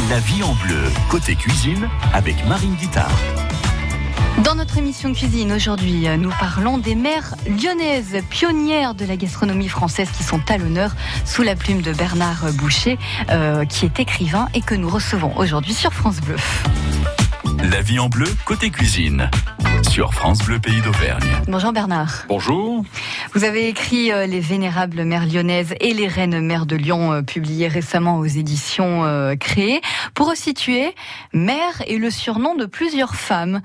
La vie en bleu, côté cuisine, avec Marine Guittard. Dans notre émission cuisine aujourd'hui, nous parlons des mères lyonnaises, pionnières de la gastronomie française qui sont à l'honneur sous la plume de Bernard Boucher, qui est écrivain et que nous recevons aujourd'hui sur France Bleu. La vie en bleu, côté cuisine, sur France Bleu Pays d'Auvergne. Bonjour Bernard. Bonjour. Vous avez écrit Les Vénérables Mères Lyonnaises et Les Reines Mères de Lyon, publié récemment aux éditions Créées. Pour resituer, mère est le surnom de plusieurs femmes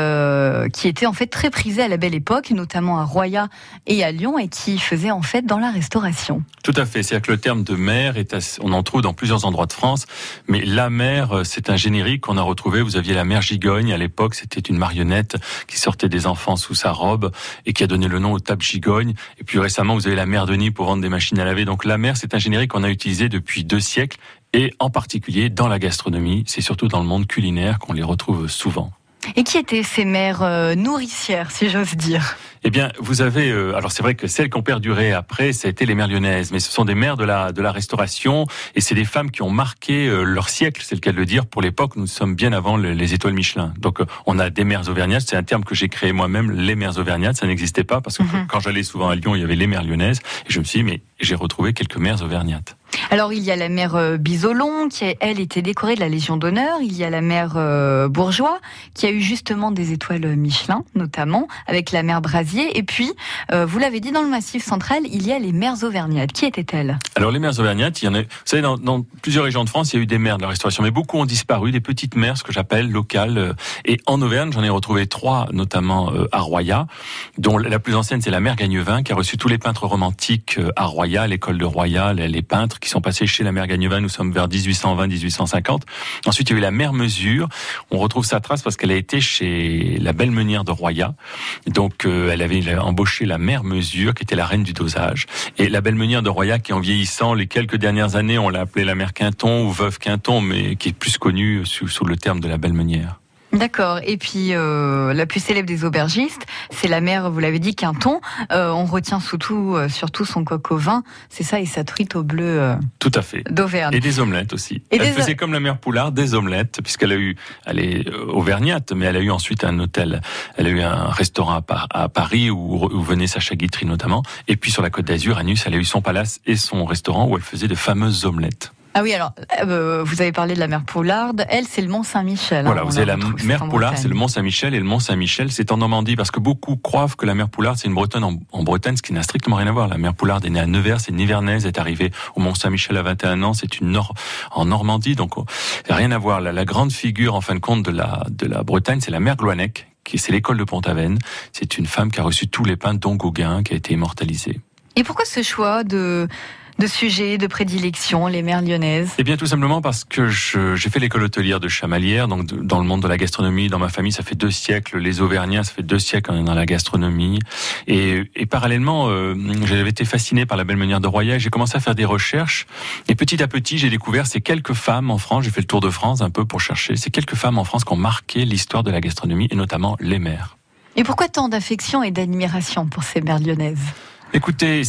qui étaient en fait très prisées à la Belle Époque, notamment à Royat et à Lyon, et qui faisaient en fait dans la restauration. Tout à fait. C'est-à-dire que le terme de mère, on en trouve dans plusieurs endroits de France, mais la mère, c'est un générique qu'on a retrouvé. Vous aviez la mère Gigogne, à l'époque, c'était une marionnette qui sortait des enfants sous sa robe et qui a donné le nom aux tables Gigogne. Et puis récemment, vous avez la mère Denis pour vendre des machines à laver. Donc la mère, c'est un générique qu'on a utilisé depuis 2 siècles et en particulier dans la gastronomie. C'est surtout dans le monde culinaire qu'on les retrouve souvent. Et qui étaient ces mères nourricières, si j'ose dire ? Eh bien, vous avez... alors c'est vrai que celles qui ont perduré après, ça a été les mères lyonnaises. Mais ce sont des mères de la restauration. Et c'est des femmes qui ont marqué leur siècle, c'est le cas de le dire. Pour l'époque, nous sommes bien avant les étoiles Michelin. Donc on a des mères auvergnates. C'est un terme que j'ai créé moi-même, les mères auvergnates. Ça n'existait pas parce que quand j'allais souvent à Lyon, il y avait les mères lyonnaises. Et je me suis dit, mais j'ai retrouvé quelques mères auvergnates. Alors il y a la mère Bisolon qui elle était décorée de la Légion d'honneur. Il y a la mère Bourgeois qui a eu justement des étoiles Michelin notamment avec la mère Brasier. Et puis vous l'avez dit, dans le Massif central il y a les mères auvergnates. Qui étaient-elles ? Alors les mères auvergnates, il y en a. Vous savez, dans plusieurs régions de France, il y a eu des mères de la restauration, mais beaucoup ont disparu, des petites mères, ce que j'appelle locales. Et en Auvergne, j'en ai retrouvé 3, notamment à Royat, dont la plus ancienne c'est la mère Gagnevin qui a reçu tous les peintres romantiques à Royat, l'école de Royat, les peintres qui sont passés chez la mère Gagnevin. Nous sommes vers 1820-1850. Ensuite, il y a eu la mère Mesure. On retrouve sa trace parce qu'elle a été chez la belle meunière de Royat. Donc, elle avait embauché la mère Mesure, qui était la reine du dosage. Et la belle meunière de Royat, qui en vieillissant, les quelques dernières années, on l'a appelée la mère Quinton ou veuve Quinton, mais qui est plus connue sous le terme de la belle meunière. D'accord. Et puis la plus célèbre des aubergistes, c'est la mère, vous l'avez dit, Quinton. On retient surtout son coq au vin, c'est ça, et sa truite au bleu. Tout à fait. D'Auvergne. Et des omelettes aussi. Elle faisait comme la mère Poulard, des omelettes, puisqu'elle est auvergnate, mais elle a eu ensuite un hôtel. Elle a eu un restaurant à Paris où venait Sacha Guitry notamment. Et puis sur la Côte d'Azur, à Nice, elle a eu son palace et son restaurant où elle faisait de fameuses omelettes. Ah oui, alors, vous avez parlé de la mère Poulard. Elle, c'est le Mont-Saint-Michel. Voilà, vous avez la mère Poulard, c'est le Mont-Saint-Michel. Et le Mont-Saint-Michel, c'est en Normandie. Parce que beaucoup croient que la mère Poulard, c'est une Bretonne en Bretagne, ce qui n'a strictement rien à voir. La mère Poulard est née à Nevers, c'est une Nivernaise, est arrivée au Mont-Saint-Michel à 21 ans. C'est en Normandie, donc ça n'a rien à voir. La grande figure, en fin de compte, de la Bretagne, c'est la mère Gloanec, c'est l'école de Pont-Aven. C'est une femme qui a reçu tous les peintres, dont Gauguin, qui a été immortalisé. Et pourquoi ce choix de sujets, de prédilection, les mères lyonnaises ? Eh bien, tout simplement parce que j'ai fait l'école hôtelière de Chamalières, donc dans le monde de la gastronomie. Dans ma famille, ça fait 2 siècles. Les Auvergnats, ça fait 2 siècles qu'on est dans la gastronomie. Et parallèlement, j'avais été fasciné par la belle meunière de Royat. J'ai commencé à faire des recherches. Et petit à petit, j'ai découvert ces quelques femmes en France. J'ai fait le tour de France un peu pour chercher. Ces quelques femmes en France qui ont marqué l'histoire de la gastronomie, et notamment les mères. Et pourquoi tant d'affection et d'admiration pour ces mères lyonnaises ? Écoutez,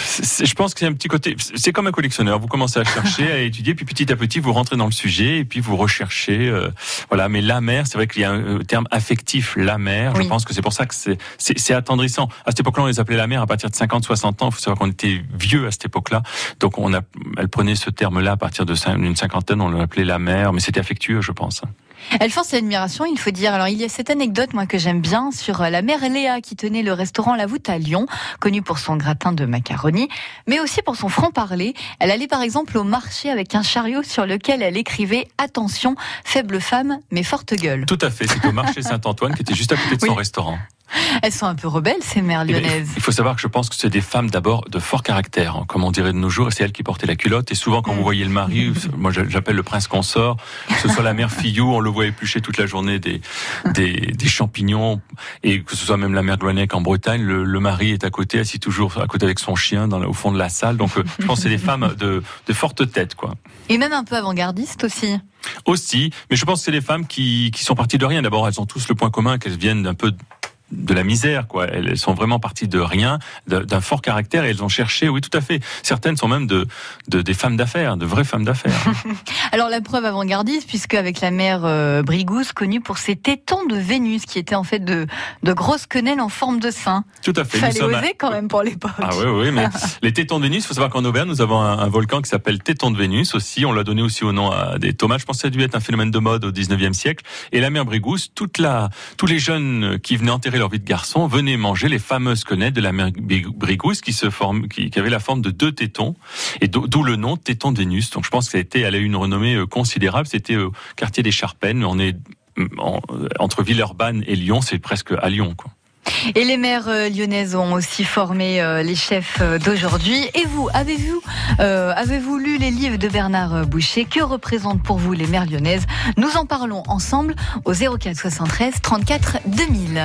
je pense que c'est un petit côté, c'est comme un collectionneur. Vous commencez à chercher, à étudier, puis petit à petit, vous rentrez dans le sujet, et puis vous recherchez. Voilà. Mais la mère, c'est vrai qu'il y a un terme affectif, la mère. Oui. Je pense que c'est pour ça que c'est attendrissant. À cette époque-là, on les appelait la mère à partir de 50, 60 ans. Il faut savoir qu'on était vieux à cette époque-là. Donc elle prenait ce terme-là à partir d'une cinquantaine, on l'appelait la mère, mais c'était affectueux, je pense. Elle force l'admiration, il faut dire. Alors, il y a cette anecdote, moi, que j'aime bien, sur la mère Léa, qui tenait le restaurant La Voûte à Lyon, connue pour son gratin de macaroni, mais aussi pour son franc-parler. Elle allait, par exemple, au marché avec un chariot sur lequel elle écrivait « Attention, faible femme, mais forte gueule ». Tout à fait, c'était au marché Saint-Antoine, qui était juste à côté de son restaurant. Elles sont un peu rebelles, ces mères lyonnaises. Il faut savoir que je pense que c'est des femmes d'abord de fort caractère, comme on dirait de nos jours, et c'est elles qui portaient la culotte. Et souvent, quand vous voyez le mari, moi j'appelle le prince consort, que ce soit la mère Fillou, on le voit éplucher toute la journée des champignons, et que ce soit même la mère Gloanec en Bretagne, le mari est à côté, assis toujours à côté avec son chien au fond de la salle. Donc je pense que c'est des femmes de forte tête, quoi. Et même un peu avant-gardistes aussi. Aussi, mais je pense que c'est des femmes qui sont parties de rien. D'abord, elles ont tous le point commun qu'elles viennent un peu de la misère, quoi. Elles sont vraiment parties de rien, d'un fort caractère, et elles ont cherché, oui, tout à fait. Certaines sont même des femmes d'affaires, de vraies femmes d'affaires. Alors la preuve avant-gardiste, puisque avec la mère Brigouze, connue pour ses tétons de Vénus, qui étaient en fait de grosses quenelles en forme de sein. Tout à fait. Fallait oser quand même pour l'époque. Ah oui, mais les tétons de Vénus, il faut savoir qu'en Auvergne, nous avons un volcan qui s'appelle Téton de Vénus aussi. On l'a donné aussi au nom à des Thomas. Je pense que ça a dû être un phénomène de mode au 19e siècle. Et la mère Brigouze, tous les jeunes qui venaient enterrer leur vie de garçon venaient manger les fameuses quenelles de la mère Brigouze qui avait la forme de 2 tétons. Et d'où le nom Téton de Vénus. Donc je pense qu'elle a eu une renommée considérable. C'était au quartier des Charpennes. On est entre Villeurbanne et Lyon, c'est presque à Lyon, quoi. Et les mères lyonnaises ont aussi formé les chefs d'aujourd'hui. Et vous, avez-vous lu les livres de Bernard Boucher? Que représentent pour vous les mères lyonnaises? Nous en parlons ensemble au 04 73 34 2000.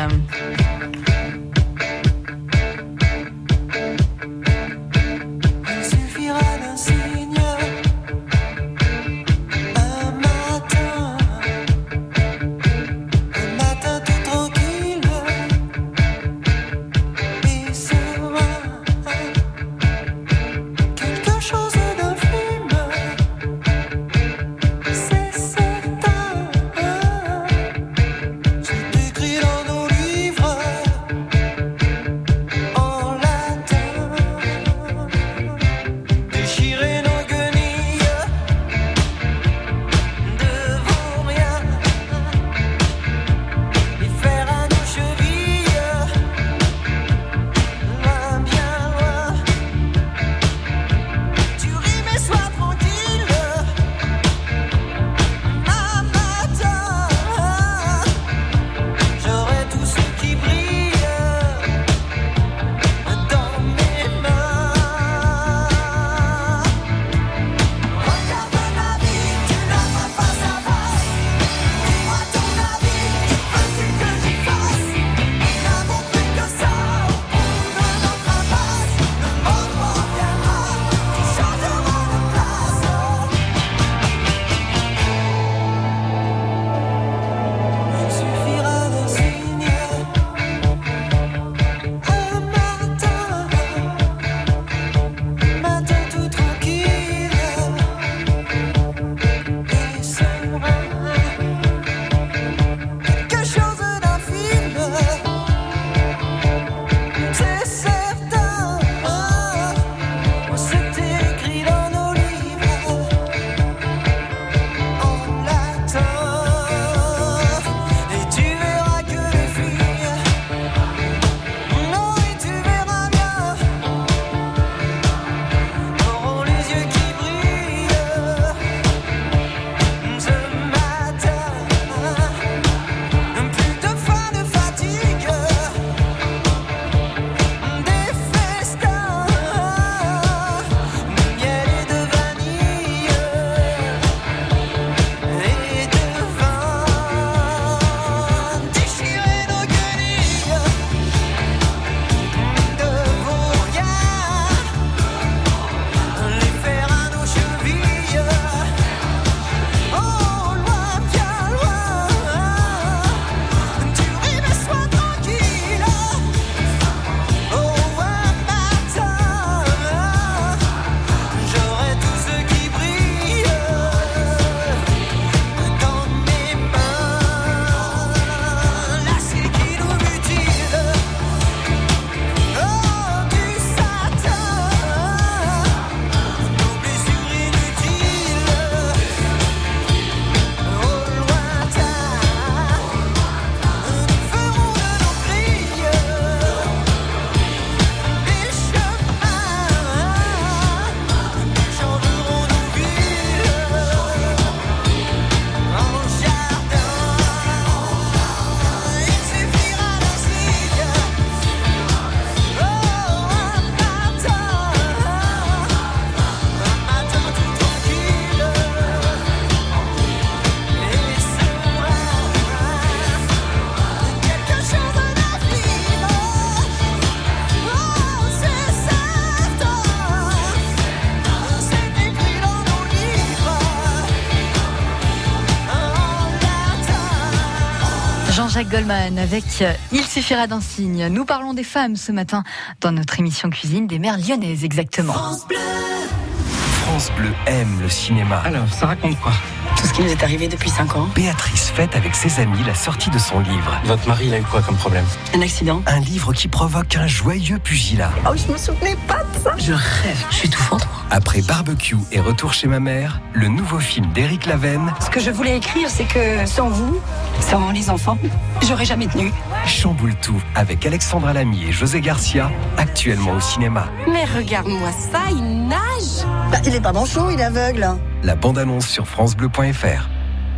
Jean-Jacques Goldman avec Il suffira d'un signe. Nous parlons des femmes ce matin dans notre émission cuisine des mères lyonnaises exactement. France Bleu aime le cinéma. Alors, ça raconte quoi? Tout ce qui nous est arrivé depuis 5 ans. Béatrice fête avec ses amis la sortie de son livre. Votre mari, il a eu quoi comme problème? Un accident. Un livre qui provoque un joyeux pugilat. Oh, je me souvenais pas de ça. Je rêve. Je suis étouffante. Après Barbecue et Retour chez ma mère, le nouveau film d'Éric Lavenne. Ce que je voulais écrire, c'est que sans vous, sans les enfants, j'aurais jamais tenu. Chamboule tout avec Alexandra Lamy et José Garcia, actuellement au cinéma. Mais regarde-moi ça, il nage. Bah, il est pas manchot, il est aveugle. La bande-annonce sur francebleu.fr.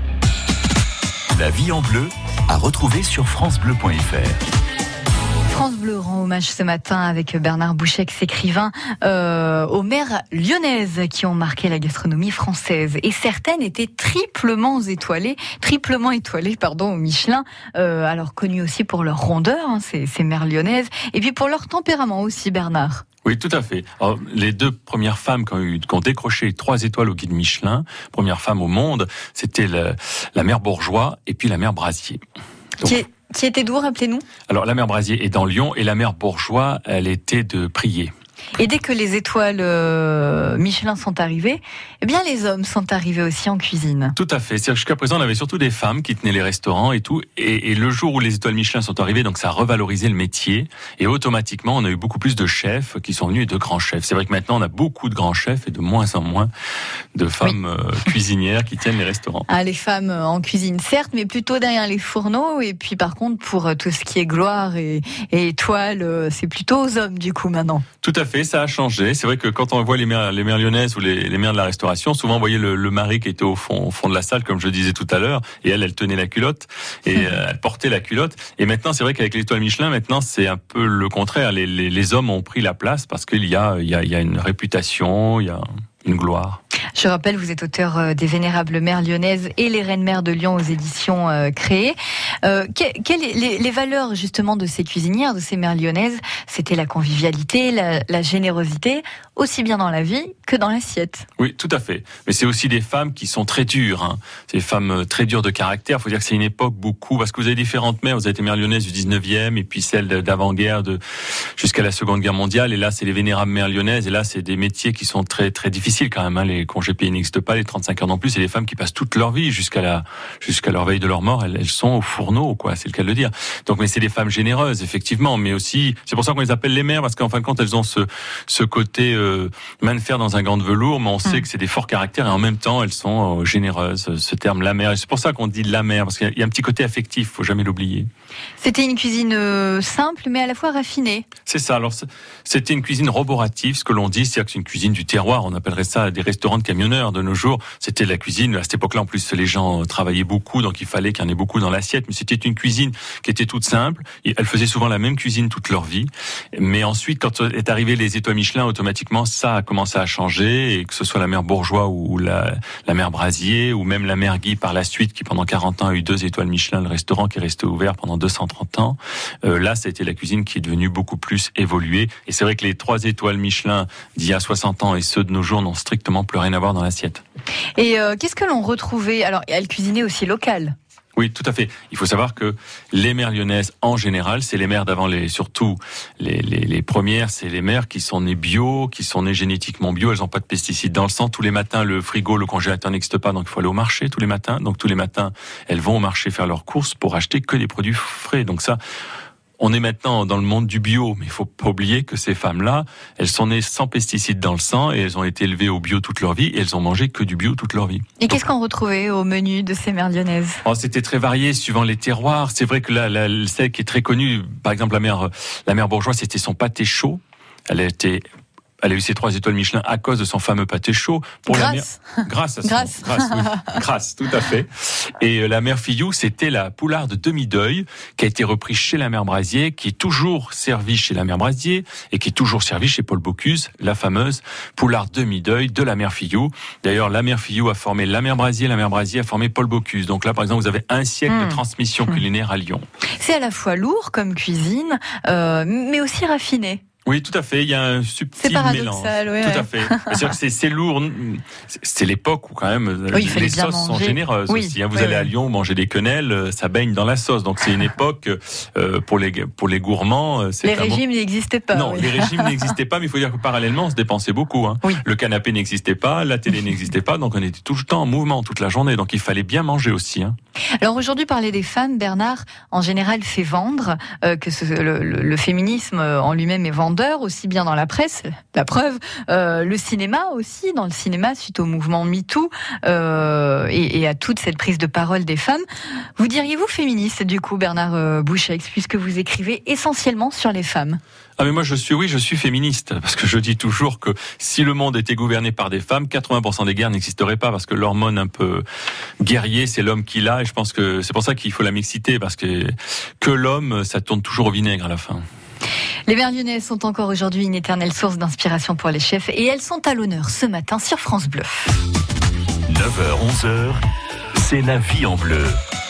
La vie en bleu à retrouver sur francebleu.fr. France Bleu rend hommage ce matin avec Bernard Bouchex, écrivain, aux mères lyonnaises qui ont marqué la gastronomie française. Et certaines étaient triplement étoilées au Michelin. Alors connues aussi pour leur rondeur, ces mères lyonnaises, et puis pour leur tempérament aussi, Bernard. Oui, tout à fait. Alors, les deux premières femmes qui ont décroché 3 étoiles au guide Michelin, première femme au monde, c'était la mère Bourgeois et puis la mère Brasier. Donc, Qui était d'où, rappelez-nous? Alors, la mère Brasier est dans Lyon et la mère Bourgeois, elle était de Prier. Et dès que les étoiles Michelin sont arrivées, eh bien les hommes sont arrivés aussi en cuisine. Tout à fait. C'est-à-dire jusqu'à présent, on avait surtout des femmes qui tenaient les restaurants et tout. Et le jour où les étoiles Michelin sont arrivées, donc ça a revalorisé le métier. Et automatiquement, on a eu beaucoup plus de chefs qui sont venus et de grands chefs. C'est vrai que maintenant, on a beaucoup de grands chefs et de moins en moins de femmes cuisinières qui tiennent les restaurants. Ah, les femmes en cuisine, certes, mais plutôt derrière les fourneaux. Et puis par contre, pour tout ce qui est gloire et étoiles, c'est plutôt aux hommes du coup maintenant. Tout à fait, ça a changé. C'est vrai que quand on voit les mères lyonnaises ou les mères de la restauration, souvent on voyait le mari qui était au fond de la salle, comme je disais tout à l'heure, et elle tenait la culotte et elle portait la culotte. Et maintenant, c'est vrai qu'avec l'étoile Michelin, maintenant c'est un peu le contraire. Les hommes ont pris la place parce qu'il y a une réputation, il y a une gloire. Je rappelle, vous êtes auteur des Vénérables Mères lyonnaises et les Reines Mères de Lyon aux éditions Créé. Les valeurs justement de ces cuisinières, de ces mères lyonnaises, c'était la convivialité, la générosité, aussi bien dans la vie que dans l'assiette. Oui, tout à fait. Mais c'est aussi des femmes qui sont très dures. C'est des femmes très dures de caractère. Il faut dire que c'est une époque beaucoup, parce que vous avez différentes mères. Vous avez des mères lyonnaises du 19e et puis celles d'avant-guerre jusqu'à la Seconde Guerre mondiale. Et là, c'est les Vénérables Mères lyonnaises. Et là, c'est des métiers qui sont très, très difficiles quand même. Les congés payés n'existent pas, les 35 heures non plus. C'est des femmes qui passent toute leur vie jusqu'à leur veille de leur mort. Elles sont au fourneau, quoi. C'est le cas de le dire. Donc, mais c'est des femmes généreuses, effectivement. Mais aussi, c'est pour ça qu'on les appelle les mères, parce qu'en fin de compte, elles ont ce côté main de fer dans un gant de velours, mais on sait que c'est des forts caractères et en même temps, elles sont généreuses. Ce terme, la mère. Et c'est pour ça qu'on dit la mère, parce qu'il y a un petit côté affectif. Faut jamais l'oublier. C'était une cuisine simple, mais à la fois raffinée. C'est ça. Alors, c'était une cuisine roborative, ce que l'on dit, c'est-à-dire que c'est une cuisine du terroir. On appellerait ça des restaurants de camionneurs de nos jours. C'était la cuisine. À cette époque-là, en plus, les gens travaillaient beaucoup, donc il fallait qu'il y en ait beaucoup dans l'assiette. Mais c'était une cuisine qui était toute simple. Et elles faisaient souvent la même cuisine toute leur vie. Mais ensuite, quand est arrivé les étoiles Michelin, automatiquement, ça a commencé à changer. Et que ce soit la mère Bourgeois ou la mère Brasier, ou même la mère Guy par la suite, qui pendant 40 ans a eu 2 étoiles Michelin, le restaurant qui est resté ouvert pendant 230 ans. Là, ça a été la cuisine qui est devenue beaucoup plus évoluée. Et c'est vrai que les 3 étoiles Michelin d'il y a 60 ans et ceux de nos jours n'ont strictement plus rien à voir dans l'assiette. Et qu'est-ce que l'on retrouvait? Alors, elle cuisinait aussi local. Oui, tout à fait. Il faut savoir que les mères lyonnaises, en général, c'est les mères d'avant, surtout les premières, c'est les mères qui sont nées bio, qui sont nées génétiquement bio. Elles n'ont pas de pesticides dans le sang. Tous les matins, le frigo, le congélateur n'existe pas, donc il faut aller au marché tous les matins. Donc tous les matins, elles vont au marché faire leurs courses pour acheter que des produits frais. Donc ça, on est maintenant dans le monde du bio, mais il faut pas oublier que ces femmes-là, elles sont nées sans pesticides dans le sang et elles ont été élevées au bio toute leur vie et elles ont mangé que du bio toute leur vie. Et qu'est-ce qu'on retrouvait au menu de ces mères lyonnaises? C'était très varié suivant les terroirs. C'est vrai que celle qui est très connue, par exemple la mère Bourgeois, c'était son pâté chaud. Elle a eu ses 3 étoiles Michelin à cause de son fameux pâté chaud. Grâce, tout à fait. Et la mère Fillou, c'était la poularde demi-deuil qui a été reprise chez la mère Brasier, qui est toujours servie chez la mère Brasier et qui est toujours servie chez Paul Bocuse, la fameuse poularde demi-deuil de la mère Fillou. D'ailleurs, la mère Fillou a formé la mère Brasier a formé Paul Bocuse. Donc là, par exemple, vous avez un siècle de transmission culinaire à Lyon. C'est à la fois lourd comme cuisine, mais aussi raffiné. Oui, tout à fait. Il y a un subtil mélange. Ouais, tout à fait. C'est-à-dire que c'est lourd. C'est l'époque où quand même les sauces sont généreuses aussi. Vous allez à Lyon manger des quenelles, ça baigne dans la sauce. Donc c'est une époque pour les gourmands. Les régimes n'existaient pas. Non, les régimes n'existaient pas, mais il faut dire que parallèlement on se dépensait beaucoup. Oui. Le canapé n'existait pas, la télé n'existait pas, donc on était tout le temps en mouvement toute la journée. Donc il fallait bien manger aussi. Alors aujourd'hui, parler des femmes, Bernard, en général fait vendre, que le féminisme en lui-même est vendeur, aussi bien dans la presse, la preuve, le cinéma aussi, dans le cinéma, suite au mouvement MeToo et à toute cette prise de parole des femmes. Vous diriez-vous féministe, du coup, Bernard Boucheix, puisque vous écrivez essentiellement sur les femmes? Ah mais moi je suis féministe, parce que je dis toujours que si le monde était gouverné par des femmes, 80% des guerres n'existeraient pas, parce que l'hormone un peu guerrier, c'est l'homme qui l'a, et je pense que c'est pour ça qu'il faut la mixité, parce que l'homme, ça tourne toujours au vinaigre à la fin. Les mères lyonnaises sont encore aujourd'hui une éternelle source d'inspiration pour les chefs, et elles sont à l'honneur ce matin sur France Bleu. 9h, 11h, c'est la vie en bleu.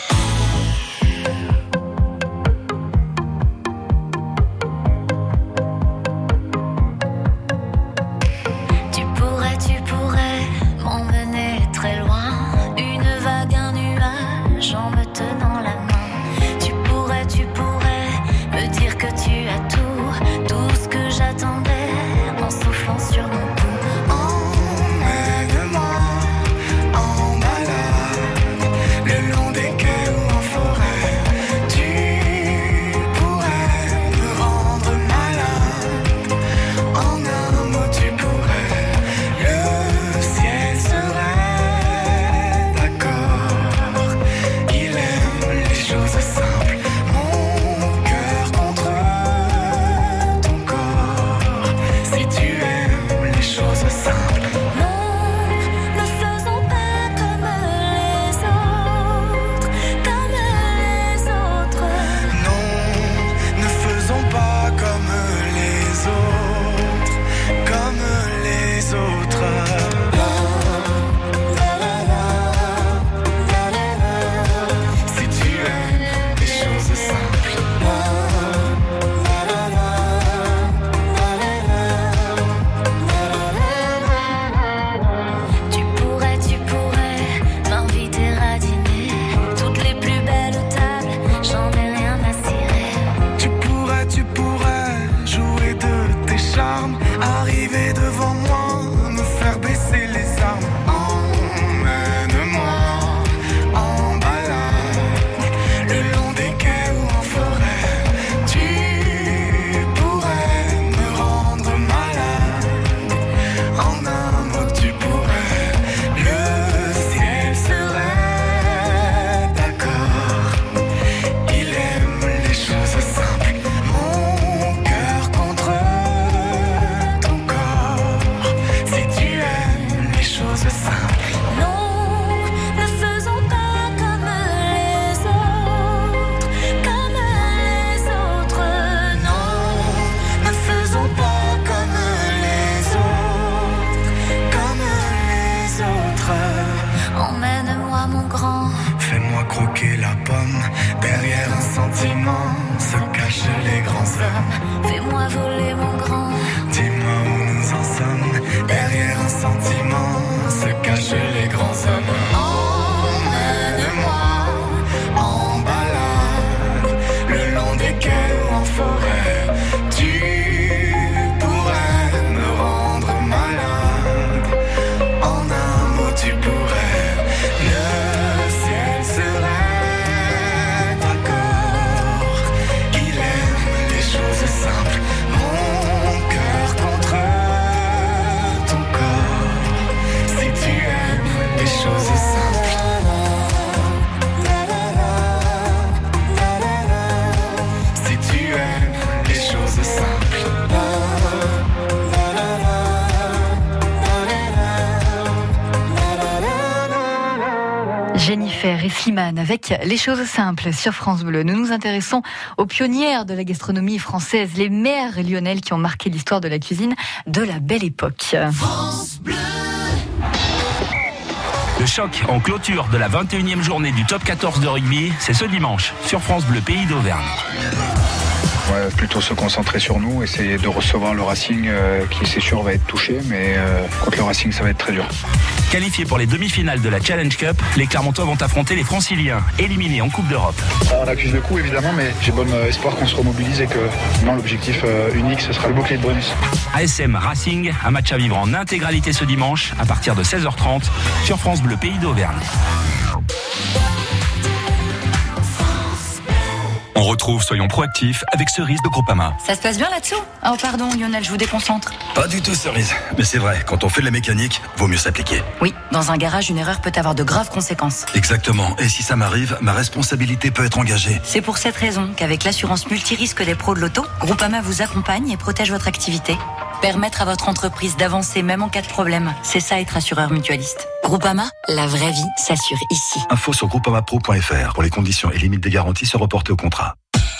Jennifer et Slimane avec Les choses simples sur France Bleu. Nous nous intéressons aux pionnières de la gastronomie française, les mères lyonnaises qui ont marqué l'histoire de la cuisine de la Belle Époque. France Bleu. Le choc en clôture de la 21e journée du Top 14 de rugby, c'est ce dimanche sur France Bleu Pays d'Auvergne. Ouais, plutôt se concentrer sur nous, essayer de recevoir le Racing qui c'est sûr va être touché, mais contre le Racing ça va être très dur. Qualifiés pour les demi-finales de la Challenge Cup, les Clermontois vont affronter les Franciliens, éliminés en Coupe d'Europe. On accuse le coup évidemment, mais j'ai bon espoir qu'on se remobilise et que non, l'objectif unique ce sera le bouclier de bonus. ASM Racing, un match à vivre en intégralité ce dimanche à partir de 16h30 sur France Bleu Pays d'Auvergne. On retrouve Soyons proactifs avec Cerise de Groupama. Ça se passe bien là-dessous? Oh pardon Lionel, je vous déconcentre. Pas du tout, Cerise. Mais c'est vrai, quand on fait de la mécanique, vaut mieux s'appliquer. Oui, dans un garage, une erreur peut avoir de graves conséquences. Exactement. Et si ça m'arrive, ma responsabilité peut être engagée. C'est pour cette raison qu'avec l'assurance multirisque des pros de l'auto, Groupama vous accompagne et protège votre activité. Permettre à votre entreprise d'avancer même en cas de problème, c'est ça être assureur mutualiste. Groupama, la vraie vie s'assure ici. Info sur groupamapro.fr pour les conditions et limites des garanties se reporter au contrat.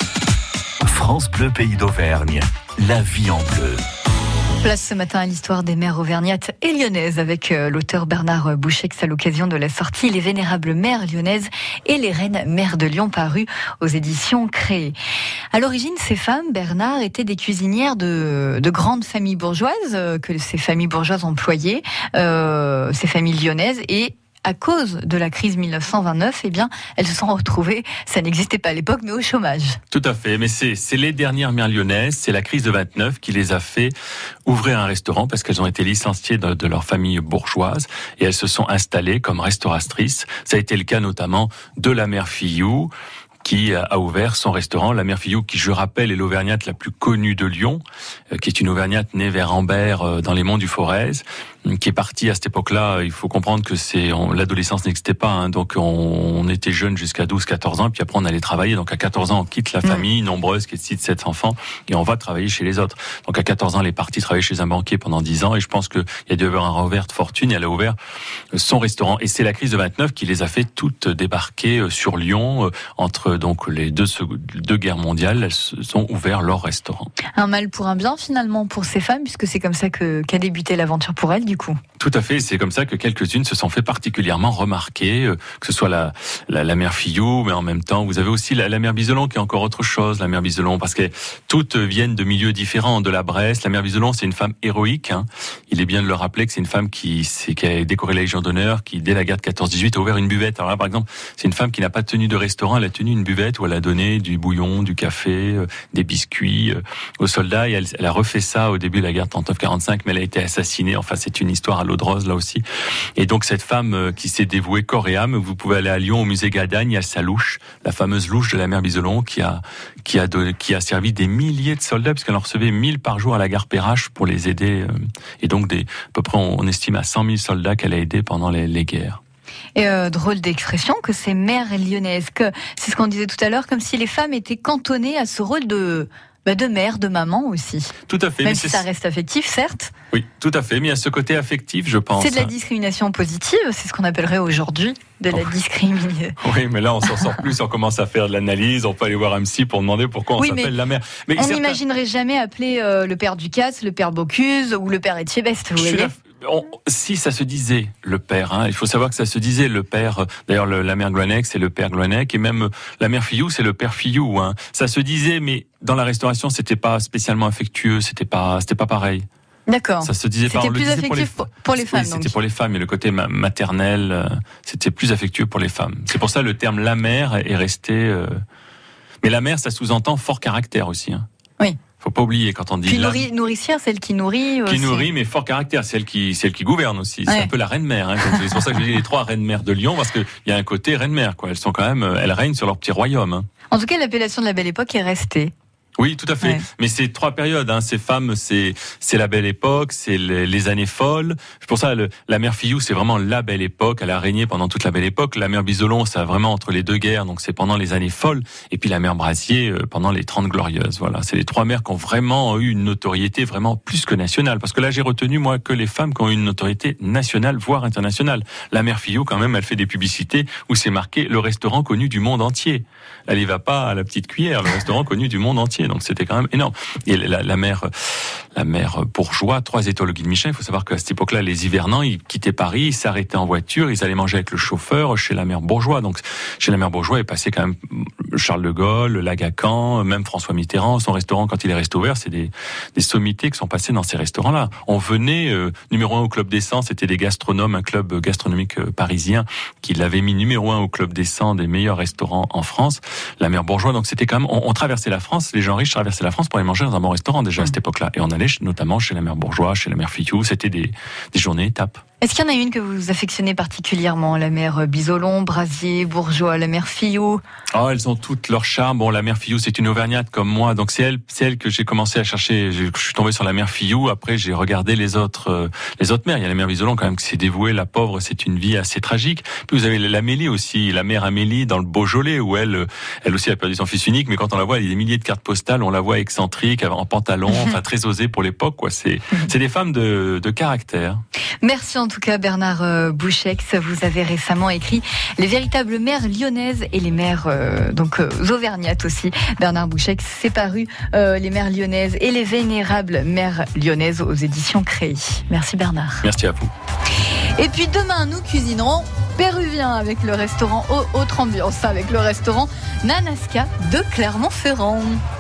France Bleu Pays d'Auvergne, la vie en bleu. Place ce matin à l'histoire des mères auvergnates et lyonnaises avec l'auteur Bernard Bouchex à l'occasion de la sortie Les Vénérables Mères lyonnaises et les Reines Mères de Lyon paru aux éditions Créé. À l'origine, ces femmes, Bernard, étaient des cuisinières de grandes familles bourgeoises que ces familles bourgeoises employaient, ces familles lyonnaises, et à cause de la crise 1929, eh bien, elles se sont retrouvées, ça n'existait pas à l'époque, mais au chômage. Tout à fait, mais c'est les dernières mères lyonnaises, c'est la crise de 29 qui les a fait ouvrir un restaurant parce qu'elles ont été licenciées de leur famille bourgeoise et elles se sont installées comme restauratrices. Ça a été le cas notamment de la mère Fillou, qui a ouvert son restaurant. La mère Fillou, qui, je rappelle, est l'auvergnate la plus connue de Lyon, qui est une auvergnate née vers Ambert, dans les monts du Forez, qui est partie à cette époque-là. Il faut comprendre que l'adolescence n'existait pas, hein, donc on était jeunes jusqu'à 12-14 ans, et puis après on allait travailler. Donc à 14 ans, on quitte la famille nombreuse qui est de 6-7 enfants, et on va travailler chez les autres. Donc à 14 ans, elle est partie travailler chez un banquier pendant 10 ans, et je pense qu'il y a dû avoir un revers de fortune, et elle a ouvert son restaurant. Et c'est la crise de 29 qui les a fait toutes débarquer sur Lyon, entre donc les deux guerres mondiales. Elles ont ouvert leur restaurant. Un mal pour un bien finalement pour ces femmes, puisque c'est comme ça qu'a débuté l'aventure pour elles du coup. Tout à fait, c'est comme ça que quelques-unes se sont fait particulièrement remarquer, que ce soit la mère Fillou, mais en même temps, vous avez aussi la mère Biselon qui est encore autre chose, la mère Biselon, parce que toutes viennent de milieux différents, de la Bresse. La mère Biselon, c'est une femme héroïque, hein. Il est bien de le rappeler que c'est une femme qui a décoré la Légion d'honneur, qui, dès la guerre de 14-18, a ouvert une buvette. Alors là, par exemple, c'est une femme qui n'a pas tenu de restaurant, elle a tenu une buvette où elle a donné du bouillon, du café, des biscuits aux soldats, et elle a refait ça au début de la guerre de 39-45, mais elle a été assassinée. Enfin, c'est une histoire à l'eau de rose, là aussi. Et donc, cette femme qui s'est dévouée corps et âme, vous pouvez aller à Lyon, au musée Gadagne, il y a sa louche, la fameuse louche de la mère Biselon, qui a servi des milliers de soldats, puisqu'elle en recevait 1000 par jour à la gare Perrache pour les aider. Et donc, à peu près, on estime à 100 000 soldats qu'elle a aidés pendant les guerres. Et drôle d'expression que ces mères lyonnaises, que c'est ce qu'on disait tout à l'heure, comme si les femmes étaient cantonnées à ce rôle de mère, de maman aussi. Tout à fait. Même si ça reste affectif, certes. Oui, tout à fait. Mais il y a ce côté affectif, je pense. C'est de la discrimination positive, c'est ce qu'on appellerait aujourd'hui de la discrimination. Oui, mais là, on s'en sort plus, on commence à faire de l'analyse, on peut aller voir un psy pour demander pourquoi on s'appelle la mère. Mais on n'imaginerait jamais appeler le père Ducasse, le père Bocuse ou le père Etchebest, vous voyez. Si ça se disait le père, hein, il faut savoir que ça se disait le père. D'ailleurs, la mère Gloinec, c'est le père Gloinec, et même la mère Fillou, c'est le père Fillou. Hein. Ça se disait, mais dans la restauration, c'était pas spécialement affectueux, c'était pas pareil. D'accord. Ça se disait pas. C'était plus affectueux pour les femmes. Oui, c'était pour les femmes, et le côté maternel, c'était plus affectueux pour les femmes. C'est pour ça le terme la mère est resté. Mais la mère, ça sous-entend fort caractère aussi. Hein. Oui. Faut pas oublier quand on dit. Puis nourricière, celle qui nourrit. Qui nourrit, mais fort caractère, celle qui gouverne aussi. Ouais. C'est un peu la reine-mère. Hein, c'est pour ça que je dis les 3 reines-mères de Lyon, parce qu'il y a un côté reine-mère, quoi. Elles sont quand même, elles règnent sur leur petit royaume. Hein. En tout cas, l'appellation de la Belle Époque est restée. Oui, tout à fait. Ouais. Mais c'est 3 périodes. Hein. Ces femmes, c'est la Belle Époque, c'est les années folles. C'est pour ça la mère Fillou, c'est vraiment la Belle Époque. Elle a régné pendant toute la Belle Époque. La mère Biselon, c'est vraiment entre les 2 guerres, donc c'est pendant les années folles. Et puis la mère Brassier, pendant les 30 glorieuses. Voilà, c'est les 3 mères qui ont vraiment eu une notoriété vraiment plus que nationale. Parce que là, j'ai retenu moi que les femmes qui ont eu une notoriété nationale, voire internationale. La mère Fillou, quand même, elle fait des publicités où c'est marqué le restaurant connu du monde entier. Elle y va pas à la petite cuillère, le restaurant connu du monde entier. entier. Donc c'était quand même énorme. Et la mère Bourgeois, 3 étoiles au Guide Michelin. Il faut savoir qu'à cette époque-là, les hivernants, ils quittaient Paris, ils s'arrêtaient en voiture, ils allaient manger avec le chauffeur chez la mère Bourgeois. Donc chez la mère Bourgeois est passé quand même Charles de Gaulle, Lagacan, même François Mitterrand. Son restaurant, quand il est resté ouvert, c'est des sommités qui sont passées dans ces restaurants-là. On venait numéro 1 au Club des 100, c'était des gastronomes, un club gastronomique parisien qui l'avait mis numéro 1 au Club des 100 des meilleurs restaurants en France. La mère Bourgeois, donc c'était quand même, on traversait la France, les gens riches traversaient la France pour aller manger dans un bon restaurant déjà à cette époque-là. Et on allait notamment chez la mère Bourgeois, chez la mère Fillou, c'était des journées étapes. Est-ce qu'il y en a une que vous affectionnez particulièrement? La mère Bisolon, Brasier, Bourgeois, la mère Fillou? Oh, elles ont toutes leur charme. Bon, la mère Fillou, c'est une Auvergnate comme moi, donc c'est elle que j'ai commencé à chercher. Je suis tombé sur la mère Fillou. Après, j'ai regardé les autres mères. Il y a la mère Bisolon quand même qui s'est dévouée. La pauvre, c'est une vie assez tragique. Puis vous avez l'Amélie aussi, la mère Amélie dans le Beaujolais, où elle aussi a perdu son fils unique. Mais quand on la voit, il y a des milliers de cartes postales. On la voit excentrique, en pantalon, enfin très osée pour l'époque, quoi. C'est des femmes de caractère. Merci en tout cas Bernard Bouchex. Vous avez récemment écrit Les véritables mères lyonnaises et les mères auvergnates aussi. Bernard Bouchex, c'est paru Les mères lyonnaises et les vénérables mères lyonnaises aux éditions Créy. Merci Bernard. Merci à vous. Et puis demain, nous cuisinerons péruvien avec le restaurant Autre Ambiance, avec le restaurant Nanasca de Clermont-Ferrand.